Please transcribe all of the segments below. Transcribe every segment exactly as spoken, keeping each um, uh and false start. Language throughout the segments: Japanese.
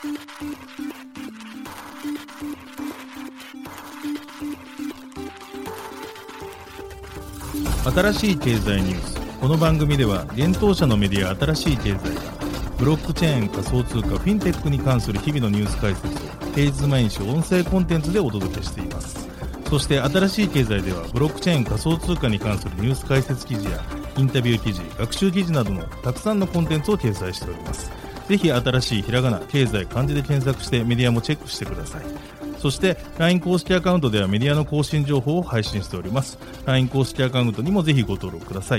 新しい経済ニュース。この番組では現当社のメディア新しい経済がブロックチェーン、仮想通貨、フィンテックに関する日々のニュース解説を平日毎日音声コンテンツでお届けしています。そして新しい経済ではブロックチェーン、仮想通貨に関するニュース解説記事やインタビュー記事、学習記事などのたくさんのコンテンツを掲載しております。ぜひ新しいひらがな、経済、漢字で検索してメディアもチェックしてください。そして ライン 公式アカウントではメディアの更新情報を配信しております。 ライン 公式アカウントにもぜひご登録ください。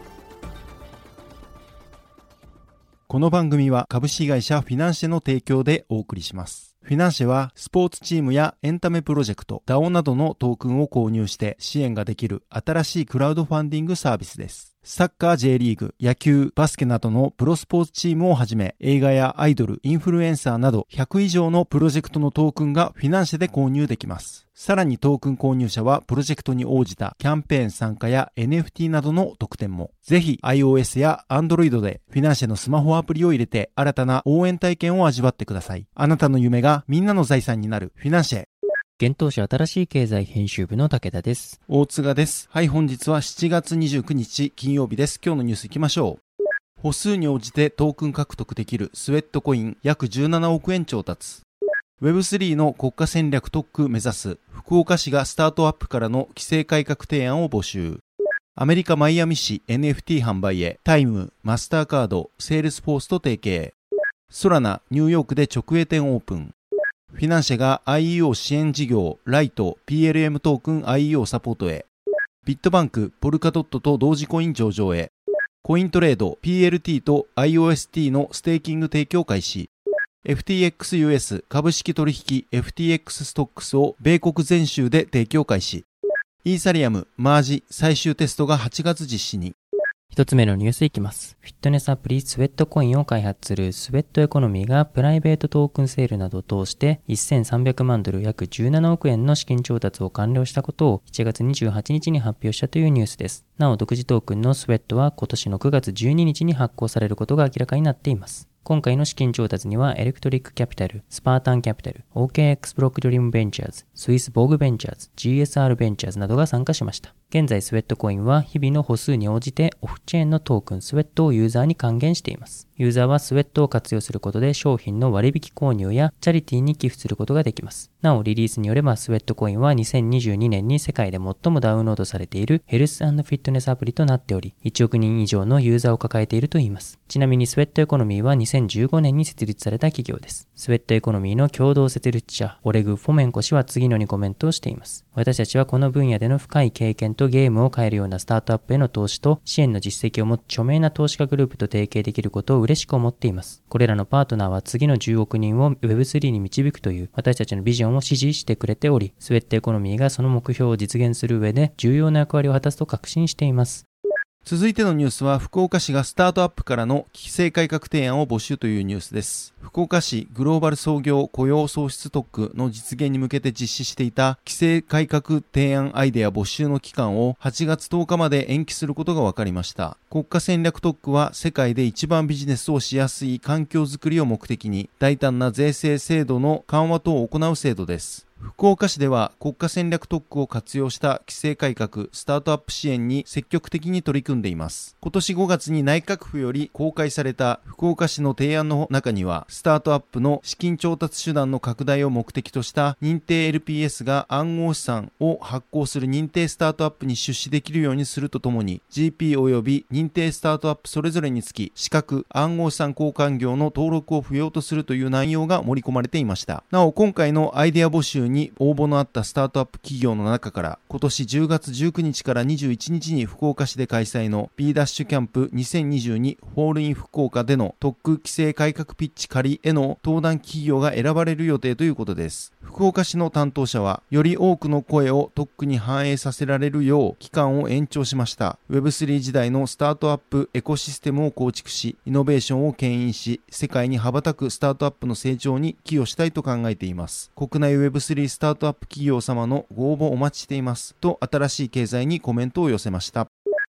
この番組は株式会社フィナンシェの提供でお送りします。フィナンシェはスポーツチームやエンタメプロジェクト、ダオ などのトークンを購入して支援ができる新しいクラウドファンディングサービスです。サッカー J リーグ、野球、バスケなどのプロスポーツチームをはじめ、映画やアイドル、インフルエンサーなどひゃく以上のプロジェクトのトークンがフィナンシェで購入できます。さらにトークン購入者はプロジェクトに応じたキャンペーン参加や エヌエフティー などの特典も。ぜひ iOS や Android でフィナンシェのスマホアプリを入れて新たな応援体験を味わってください。あなたの夢がみんなの財産になるフィナンシェ。 現当社新しい経済編集部の武田です。 大塚です。はい、本日はしちがつにじゅうくにち金曜日です。今日のニュースいきましょう。歩数に応じてトークン獲得できるスウェットコイン約じゅうななおくえん調達。ウェブスリー の国家戦略特区目指す福岡市がスタートアップからの規制改革提案を募集。アメリカマイアミ市 エヌエフティー 販売へタイム、マスターカード、セールスフォースと提携。ソラナ、ニューヨークで直営店オープン。フィナンシェが アイイーオー 支援事業ライト ピーエルエム トークン アイイーオー サポートへ。ビットバンク、ポルカドットと同時コイン上場へ。コイントレード ピーエルティー と アイオーエスティー のステーキング提供開始。エフティーエックスユーエス 株式取引 エフティーエックス ストックスを米国全州で提供開始。イーサリアム、マージ最終テストがはちがつ実施に。 一つ目のニュースいきます。フィットネスアプリスウェットコインを開発するスウェットエコノミーがプライベートトークンセールなどを通してせんさんびゃくまんドル約じゅうななおくえんの資金調達を完了したことをしちがつにじゅうはちにちに発表したというニュースです。なお独自トークンのスウェットは今年のくがつじゅうににちに発行されることが明らかになっています。今回の資金調達にはエレクトリックキャピタル、スパータンキャピタル、オーケーエックス ブロックドリームベンチャーズ、スイスボーグベンチャーズ、ジーエスアール ベンチャーズなどが参加しました。現在スウェットコインは日々の歩数に応じてオフチェーンのトークンスウェットをユーザーに還元しています。ユーザーはスウェットを活用することで商品の割引購入やチャリティーに寄付することができます。なおリリースによればスウェットコインはにせんにじゅうにねんに世界で最もダウンロードされているヘルス&フィットネスアプリとなっており、いちおくにん以上のユーザーを抱えているといいます。ちなみにスウェットエコノミーはにせんじゅうごねんに設立された企業です。スウェットエコノミーの共同設立者オレグ・フォメンコ氏は次のようにコメントをしています。私たちはこの分野での深い経験とゲームを変えるようなスタートアップへの投資と支援の実績を持つ著名な投資家グループと提携できることを嬉しく思っています。これらのパートナーは次のじゅうおくにんを ウェブスリー に導くという私たちのビジョンを支持してくれており、スウェットエコノミーがその目標を実現する上で重要な役割を果たすと確信しています。 続いてのニュースは福岡市がスタートアップからの規制改革提案を募集というニュースです。福岡市グローバル創業雇用創出特区の実現に向けて実施していた規制改革提案アイデア募集の期間をはちがつとおかまで延期することが分かりました。国家戦略特区は世界で一番ビジネスをしやすい環境づくりを目的に大胆な税制制度の緩和等を行う制度です。福岡市では国家戦略特区を活用した規制改革、スタートアップ支援に積極的に取り組んでいます。今年ごがつに内閣府より公開された福岡市の提案の中には、スタートアップの資金調達手段の拡大を目的とした認定 エルピーエス が暗号資産を発行する認定スタートアップに出資できるようにするとともに、ジーピー 及び認定スタートアップそれぞれにつき、資格、暗号資産交換業の登録を不要とするという内容が盛り込まれていました。なお、今回のアイデア募集にに応募のあったスタートアップ企業の中から今年じゅうがつじゅうくにちからにじゅういちにちに福岡市で開催の B ダッシュキャンプにせんにじゅうにホールイン福岡での特区規制改革ピッチ仮への登壇企業が選ばれる予定ということです。福岡市の担当者はより多くの声を特区に反映させられるよう期間を延長しました。 ウェブスリー 時代のスタートアップエコシステムを構築しイノベーションを牽引し世界に羽ばたくスタートアップの成長に寄与したいと考えています。国内 ウェブスリー スタートアップ企業様のご応募お待ちしていますと新しい経済にコメントを寄せました。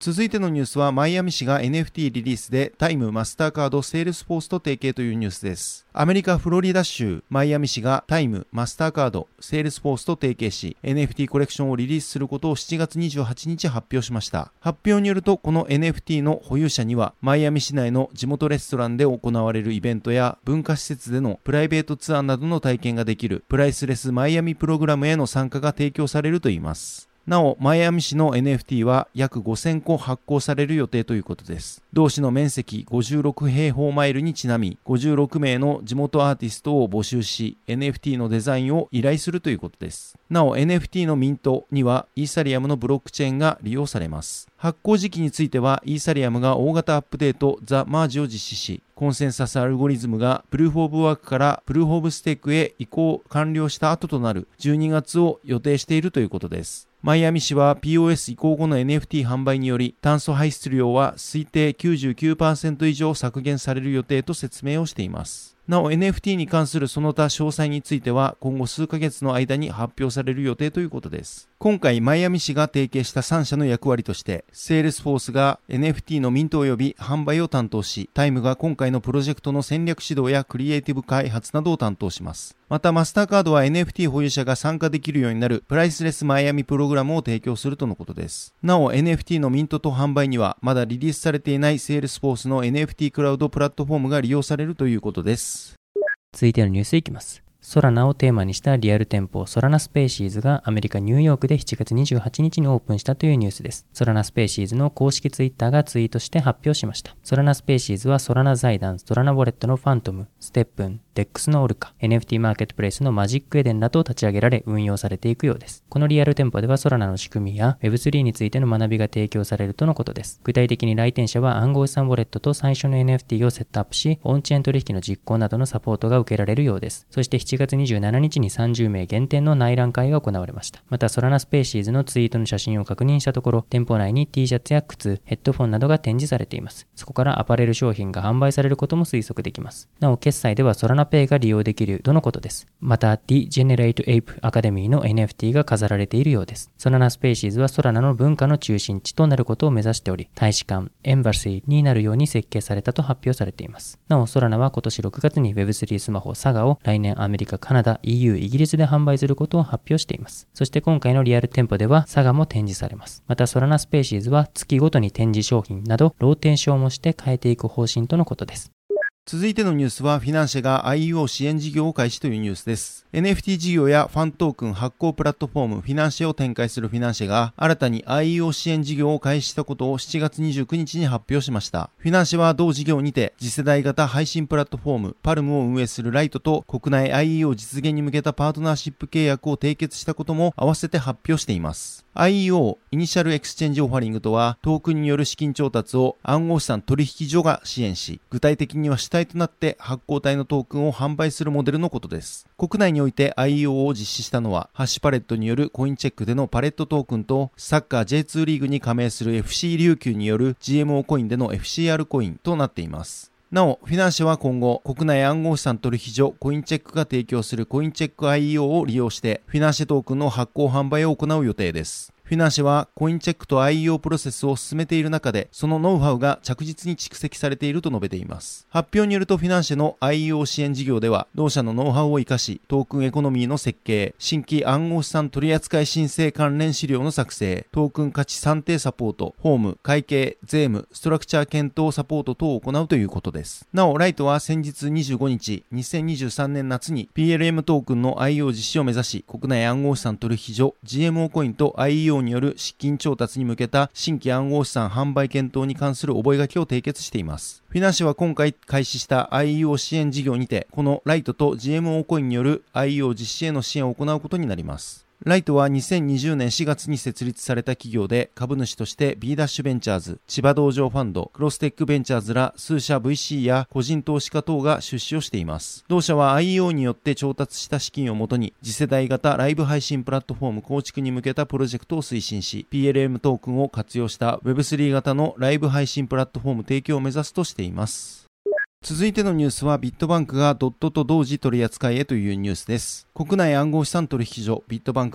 続いてのニュースはマイアミ市が エヌエフティー リリースでタイム、マスターカード、セールスフォースと提携というニュースです。アメリカ・フロリダ州マイアミ市がタイム、マスターカード、セールスフォースと提携し エヌエフティー コレクションをリリースすることをしちがつにじゅうはちにち発表しました。発表によるとこの エヌエフティー の保有者にはマイアミ市内の地元レストランで行われるイベントや文化施設でのプライベートツアーなどの体験ができるプライスレスマイアミプログラムへの参加が提供されるといいます。なお、マイアミ市の エヌエフティー は約ごせんこ発行される予定ということです。同市の面積ごじゅうろくへいほうマイルにちなみ、ごじゅうろくめいの地元アーティストを募集し、エヌエフティー のデザインを依頼するということです。なお、エヌエフティー のミントにはイーサリアムのブロックチェーンが利用されます。発行時期については、イーサリアムが大型アップデートザ・マージを実施し、コンセンサスアルゴリズムがプルーフオブワークからプルーフオブステークへ移行完了した後となるじゅうにがつを予定しているということです。マイアミ市は ピーオーエス 移行後の エヌエフティー 販売により炭素排出量は推定 きゅうじゅうきゅうパーセント 以上削減される予定と説明をしています。なお エヌエフティー に関するその他詳細については今後数ヶ月の間に発表される予定ということです。今回マイアミ市が提携したさんしゃの役割としてセールスフォースが エヌエフティー のミント及び販売を担当し、タイムが今回のプロジェクトの戦略指導やクリエイティブ開発などを担当します。またマスターカードは エヌエフティー 保有者が参加できるようになるプライスレスマイアミプログラムを提供するとのことです。なお エヌエフティー のミントと販売にはまだリリースされていないセールスフォースの エヌエフティー クラウドプラットフォームが利用されるということです。 続いてのニュースいきます。ソラナをテーマにしたリアル店舗ソラナスペーシーズがアメリカニューヨークでしちがつにじゅうはちにちにオープンしたというニュースです。ソラナスペーシーズの公式ツイッターがツイートして発表しました。ソラナスペーシーズはソラナ財団、ソラナウォレットのファントム、ステップン、デックスのオルカ、エヌエフティー マーケットプレイスのマジックエデンらと立ち上げられ運用されていくようです。このリアル店舗ではソラナの仕組みや ウェブスリー についての学びが提供されるとのことです。具体的に来店者は暗号資産ウォレットと最初の エヌエフティー をセットアップし、オンチェーン取引の実行などのサポートが受けられるようです。そしてしちがつにじゅうしちにちにさんじゅうめい限定の内覧会が行われました。またソラナスペーシーズのツイートの写真を確認したところ、店舗内に T シャツや靴、ヘッドフォンなどが展示されています。そこからアパレル商品が販売されることも推測できます。なお決済ではソラナペイが利用できるとのことです。また Degenerate Ape Academy の エヌエフティー が飾られているようです。ソラナスペーシーズはソラナの文化の中心地となることを目指しており、大使館、エンバシーになるように設計されたと発表されています。なおソラナは今年ろくがつに ウェブスリー スマホサガを来年アメリカ、カナダ、イーユー、イギリスで販売することを発表しています。そして今回のリアル店舗ではサガも展示されます。またソラナスペーシーズは月ごとに展示商品などローテーションもして変えていく方針とのことです。 続いてのニュースはフィナンシェが アイイーオー 支援事業を開始というニュースです。エヌエフティー 事業やファントークン発行プラットフォームフィナンシェを展開するフィナンシェが新たに アイイーオー 支援事業を開始したことをしちがつにじゅうくにちに発表しました。フィナンシェは同事業にて次世代型配信プラットフォームパルムを運営するライトと国内 アイイーオー 実現に向けたパートナーシップ契約を締結したことも合わせて発表しています。アイイーオー イニシャルエクスチェンジオファリングとはトークンによる資金調達を暗号資産取引所が支援し、具体的には主体となって発行体のトークンを販売するモデルのことです。国内において アイイーオー を実施したのはハッシュパレットによるコインチェックでのパレットトークンとサッカー ジェイツー リーグに加盟する エフシー 琉球による ジーエムオー コインでの エフシーアール コインとなっています。なお、フィナンシェは今後、国内暗号資産取引所コインチェックが提供するコインチェック アイイーオー を利用して、フィナンシェトークンの発行販売を行う予定です。フィナンシェはコインチェックと アイイーオー プロセスを進めている中で、そのノウハウが着実に蓄積されていると述べています。発表によるとフィナンシェの アイイーオー 支援事業では、同社のノウハウを生かし、トークンエコノミーの設計、新規暗号資産取扱申請関連資料の作成、トークン価値算定サポート、法務、会計、税務、ストラクチャー検討サポート等を行うということです。なお、ライトは先日にじゅうごにち、にせんにじゅうさんねん夏に ピーエルエム トークンの アイイーオー 実施を目指し、国内暗号資産取引所 ジーエムオー コインと アイイーオー による資金調達に向けた新規暗号資産販売検討に関する覚書を締結しています。フィナンシェは今回開始した アイイーオー 支援事業にて、このライトと ジーエムオー コインによる アイイーオー 実施への支援を行うことになります。ライトはにせんにじゅうねんしがつに設立された企業で、株主として B ダッシュベンチャーズ、千葉道場ファンド、クロステックベンチャーズら数社 ブイシー や個人投資家等が出資をしています。同社は アイイーオー によって調達した資金をもとに、次世代型ライブ配信プラットフォーム構築に向けたプロジェクトを推進し、ピーエルエム トークンを活用した ウェブスリー 型のライブ配信プラットフォーム提供を目指すとしています。続いてのニュースはビットバンクがドットと同時取り扱いへというニュースです。国内暗号資産取引所ビットバンクが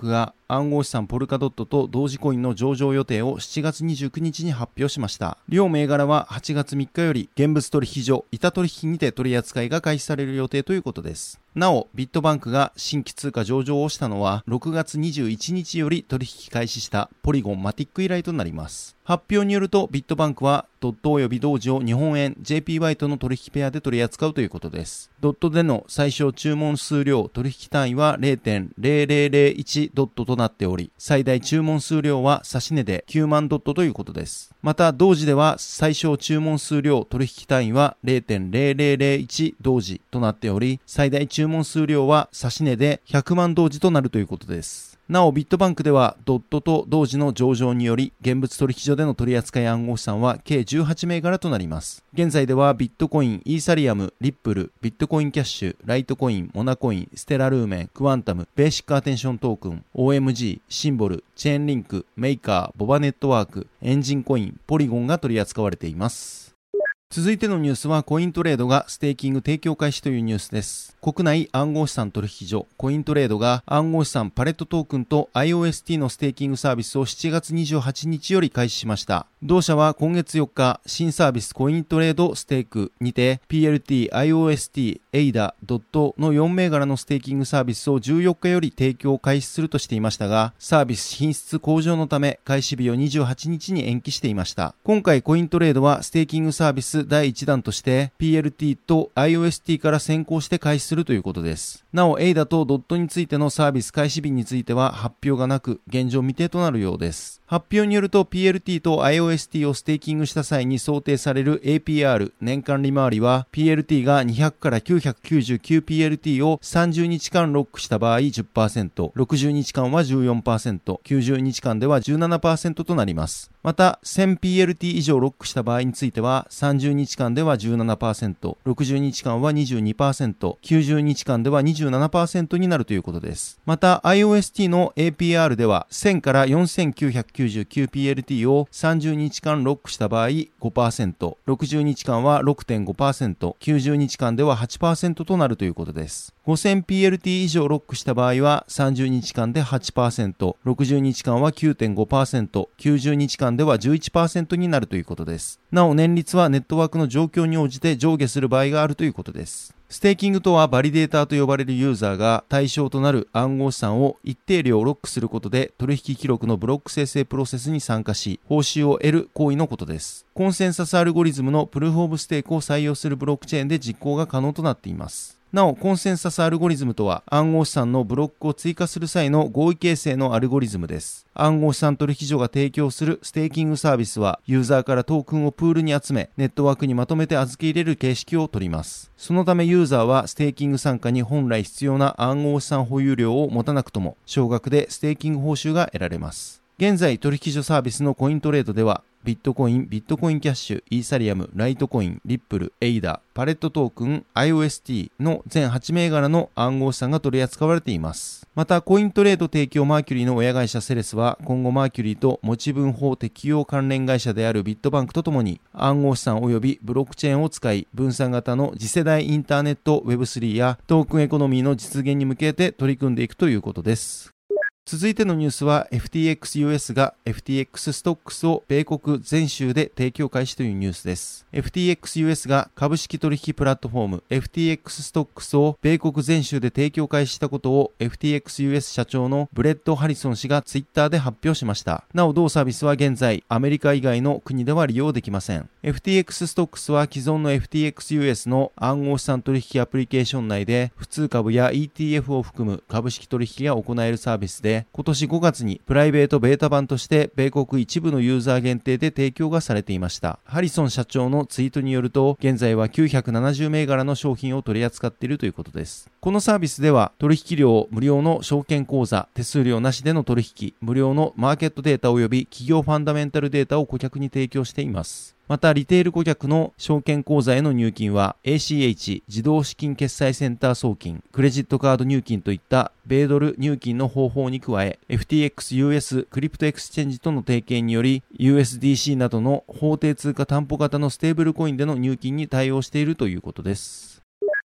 暗号資産ポルカドットと同時コインの上場予定をしちがつにじゅうくにちに発表しました。両銘柄ははちがつみっかより現物取引所板取引にて取り扱いが開始される予定ということです。なお、ビットバンクが新規通貨上場をしたのはろくがつにじゅういちにちより取引開始したポリゴンマティック以来となります。発表によるとビットバンクはドットおよび同時を日本円 ジェーピーワイ との取引ペアで取り扱うということです。ドットでの最小注文数量取引単位は ゼロてんゼロゼロゼロいち ドットとなっており、最大注文数量は指値できゅうまんドットということです。また同時では最小注文数量取引単位は ゼロてんゼロゼロゼロいち 同時となっており、最大注文数量は指値でひゃくまん同時となるということです。なおビットバンクではドットと同時の上場により現物取引所での取り扱い暗号資産は計じゅうはちめいがらとなります。現在ではビットコイン、イーサリアム、リップル、ビットコインキャッシュ、ライトコイン、モナコイン、ステラルーメン、クワンタム、ベーシックアテンショントークン、オーエムジー、シンボル、チェーンリンク、メーカー、ボバネットワーク、エンジンコイン、ポリゴンが取り扱われています。続いてのニュースはコイントレードがステーキング提供開始というニュースです。国内暗号資産取引所コイントレードが暗号資産パレットトークンと アイオーエスティー のステーキングサービスをしちがつにじゅうはちにちより開始しました。同社は今月よっか新サービスコイントレードステークにて ピーエルティー、アイオーエスティー、エイダ、ドットのよんめいがらのステーキングサービスをじゅうよっかより提供を開始するとしていましたが、サービス品質向上のため開始日をにじゅうはちにちに延期していました。今回コイントレードはステーキングサービスだいいちだんとして ピーエルティー と アイオーエスティー から先行して開始するということです。なおエイダとドットについてのサービス開始日については発表がなく現状未定となるようです。発表によると ピーエルティー と アイオーエスティー をステーキングした際に想定される エーピーアール 年間利回りは ピーエルティー がにひゃくからきゅうひゃくきゅうじゅうきゅうピーエルティー をさんじゅうにちかんロックした場合 じゅっパーセント、ろくじゅうにちかんは じゅうよんパーセント、きゅうじゅうにちかんでは じゅうななパーセント となります。また せんピーエルティー 以上ロックした場合についてはさんじゅうにちかんでは じゅうななパーセント、ろくじゅうにちかんは にじゅうにパーセント、きゅうじゅうにちかんでは にじゅうななパーセント になるということです。また アイオーエスティー の エーピーアール ではせんからよんせんきゅうひゃくきゅうじゅうきゅうピーエルティー をさんじゅうにちかんロックした場合 ごパーセント、ろくじゅうにちかんは ろくてんごパーセント、きゅうじゅうにちかんでは はちパーセント となるということです。ごせんピーエルティー 以上ロックした場合はさんじゅうにちかんで はちパーセント、ろくじゅうにちかんは きゅうてんごパーセント、きゅうじゅうにちかんでは じゅういちパーセント になるということです。なお年率はネットワークの状況に応じて上下する場合があるということです。ステーキングとはバリデーターと呼ばれるユーザーが対象となる暗号資産を一定量ロックすることで取引記録のブロック生成プロセスに参加し報酬を得る行為のことです。コンセンサスアルゴリズムのプルーフオブステークを採用するブロックチェーンで実行が可能となっています。なおコンセンサスアルゴリズムとは暗号資産のブロックを追加する際の合意形成のアルゴリズムです。暗号資産取引所が提供するステーキングサービスはユーザーからトークンをプールに集めネットワークにまとめて預け入れる形式をとります。そのためユーザーはステーキング参加に本来必要な暗号資産保有量を持たなくとも少額でステーキング報酬が得られます。現在取引所サービスのコイントレードではビットコイン、ビットコインキャッシュ、イーサリアム、ライトコイン、リップル、エイダ、パレットトークン、アイオーエスティー の全はちめいがらの暗号資産が取り扱われています。またコイントレード提供マーキュリーの親会社セレスは今後マーキュリーと持ち分法適用関連会社であるビットバンクとともに暗号資産及びブロックチェーンを使い分散型の次世代インターネット ウェブスリー やトークンエコノミーの実現に向けて取り組んでいくということです。続いてのニュースは エフティーエックスユーエス が エフティーエックス ストックスを米国全州で提供開始というニュースです。エフティーエックスユーエス が株式取引プラットフォーム エフティーエックス ストックスを米国全州で提供開始したことを エフティーエックスユーエス 社長のブレッド・ハリソン氏がツイッターで発表しました。なお同サービスは現在アメリカ以外の国では利用できません。エフティーエックス ストックスは既存の エフティーエックスユーエス の暗号資産取引アプリケーション内で普通株や イーティーエフ を含む株式取引が行えるサービスで今年ごがつにプライベートベータ版として米国一部のユーザー限定で提供がされていました。ハリソン社長のツイートによると現在はきゅうひゃくななじゅうめいがらの商品を取り扱っているということです。このサービスでは取引料無料の証券口座、手数料なしでの取引、無料のマーケットデータ及び企業ファンダメンタルデータを顧客に提供しています。またリテール顧客の証券口座への入金は エーシーエイチ 自動資金決済センター送金、クレジットカード入金といった米ドル入金の方法に加え エフティーエックスユーエス クリプトエクスチェンジとの提携により ユーエスディーシー などの法定通貨担保型のステーブルコインでの入金に対応しているということです。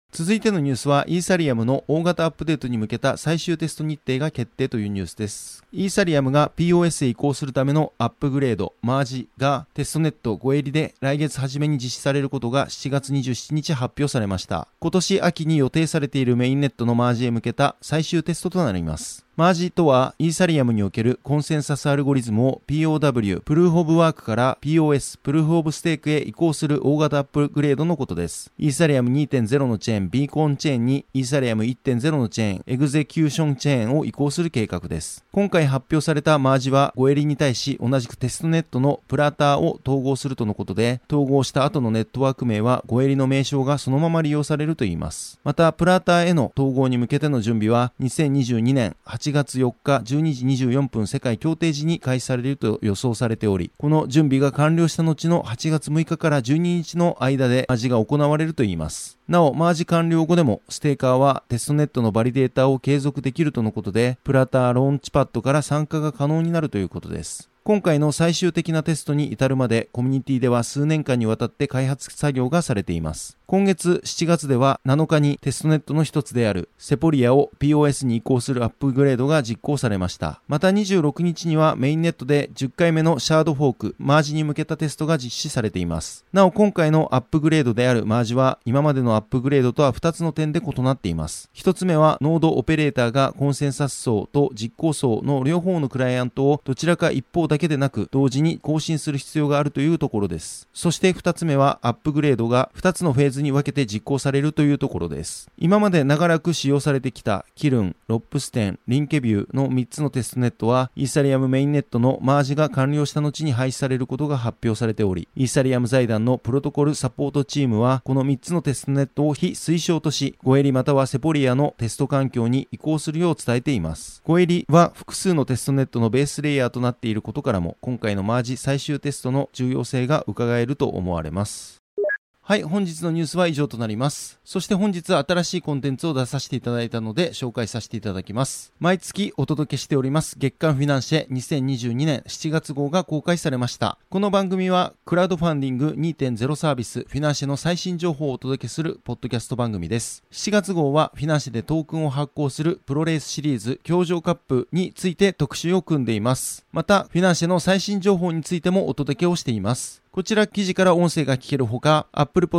続いてのニュースは、イーサリアムの大型アップデートに向けた最終テスト日程が決定というニュースです。イーサリアムが ピーオーエス へ移行するためのアップグレード、マージがテストネットご襟で来月初めに実施されることがしちがつにじゅうしちにち発表されました。今年秋に予定されているメインネットのマージへ向けた最終テストとなります。マージとは、イーサリアムにおけるコンセンサスアルゴリズムを ピーオーダブリュー、プルーフオブワークから ピーオーエス、プルーフオブステークへ移行する大型アップグレードのことです。イーサリアム にてんゼロ のチェーン、ビーコンチェーンにイーサリアム いってんゼロ のチェーン、エグゼキューションチェーンを移行する計画です。今回発表されたマージはご襟に対し同じくテストネットのプラターを統合するとのことで、統合した後のネットワーク名はご襟の名称がそのまま利用されるといいます。また、プラターへの統合に向けての準備はにせんにじゅうにねんはちがつよっかじゅうにじにじゅうよんぷん世界協定時に開始されると予想されており、この準備が完了した後のはちがつむいかからじゅうににちの間でマージが行われるといいます。なお、マージ完了後でもステーカーはテストネットのバリデータを継続できるとのことで、プラターローンチパッドから参加が可能になるということです。今回の最終的なテストに至るまでコミュニティでは数年間にわたって開発作業がされています。今月しちがつではなのかにテストネットの一つであるセポリアを ピーオーエス に移行するアップグレードが実行されました。またにじゅうろくにちにはメインネットでじゅっかいめのシャードフォーク、マージに向けたテストが実施されています。なお今回のアップグレードであるマージは今までのアップグレードとはふたつの点で異なっています。ひとつめはノードオペレーターがコンセンサス層と実行層の両方のクライアントをどちらか一方だけでなく同時に更新する必要があるというところです。そしてふたつめはアップグレードがふたつのフェーズに分けて実行されるというところです。今まで長らく使用されてきたキルン、ロップステン、リンケビューのみっつのテストネットはイーサリアムメインネットのマージが完了した後に廃止されることが発表されており、イーサリアム財団のプロトコルサポートチームはこのみっつのテストネットを非推奨とし、ご襟またはセポリアのテスト環境に移行するよう伝えています。ご襟は複数のテストネットのベースレイヤーとなっていることからも、今回のマージ最終テストの重要性が伺えると思われます。はい、本日のニュースは以上となります。そして本日は新しいコンテンツを出させていただいたので紹介させていただきます。毎月お届けしております月刊フィナンシェにせんにじゅうにねんしちがつごうが公開されました。この番組はクラウドファンディング にてんゼロ サービスフィナンシェの最新情報をお届けするポッドキャスト番組です。しちがつごうはフィナンシェでトークンを発行するプロレースシリーズ教場カップについて特集を組んでいます。またフィナンシェの最新情報についてもお届けをしています。こちら記事から音声が聞けるほか、Apple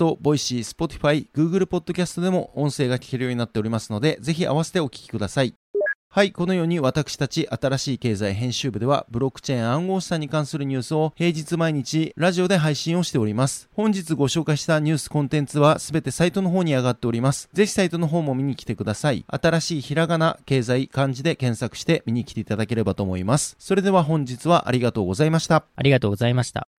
Podcast、Voicy、Spotify、Google Podcast でも音声が聞けるようになっておりますので、ぜひ合わせてお聞きください。はい、このように私たち新しい経済編集部ではブロックチェーン暗号資産に関するニュースを平日毎日ラジオで配信をしております。本日ご紹介したニュースコンテンツはすべてサイトの方に上がっております。ぜひサイトの方も見に来てください。新しいひらがな、経済、漢字で検索して見に来ていただければと思います。それでは本日はありがとうございました。 ありがとうございました。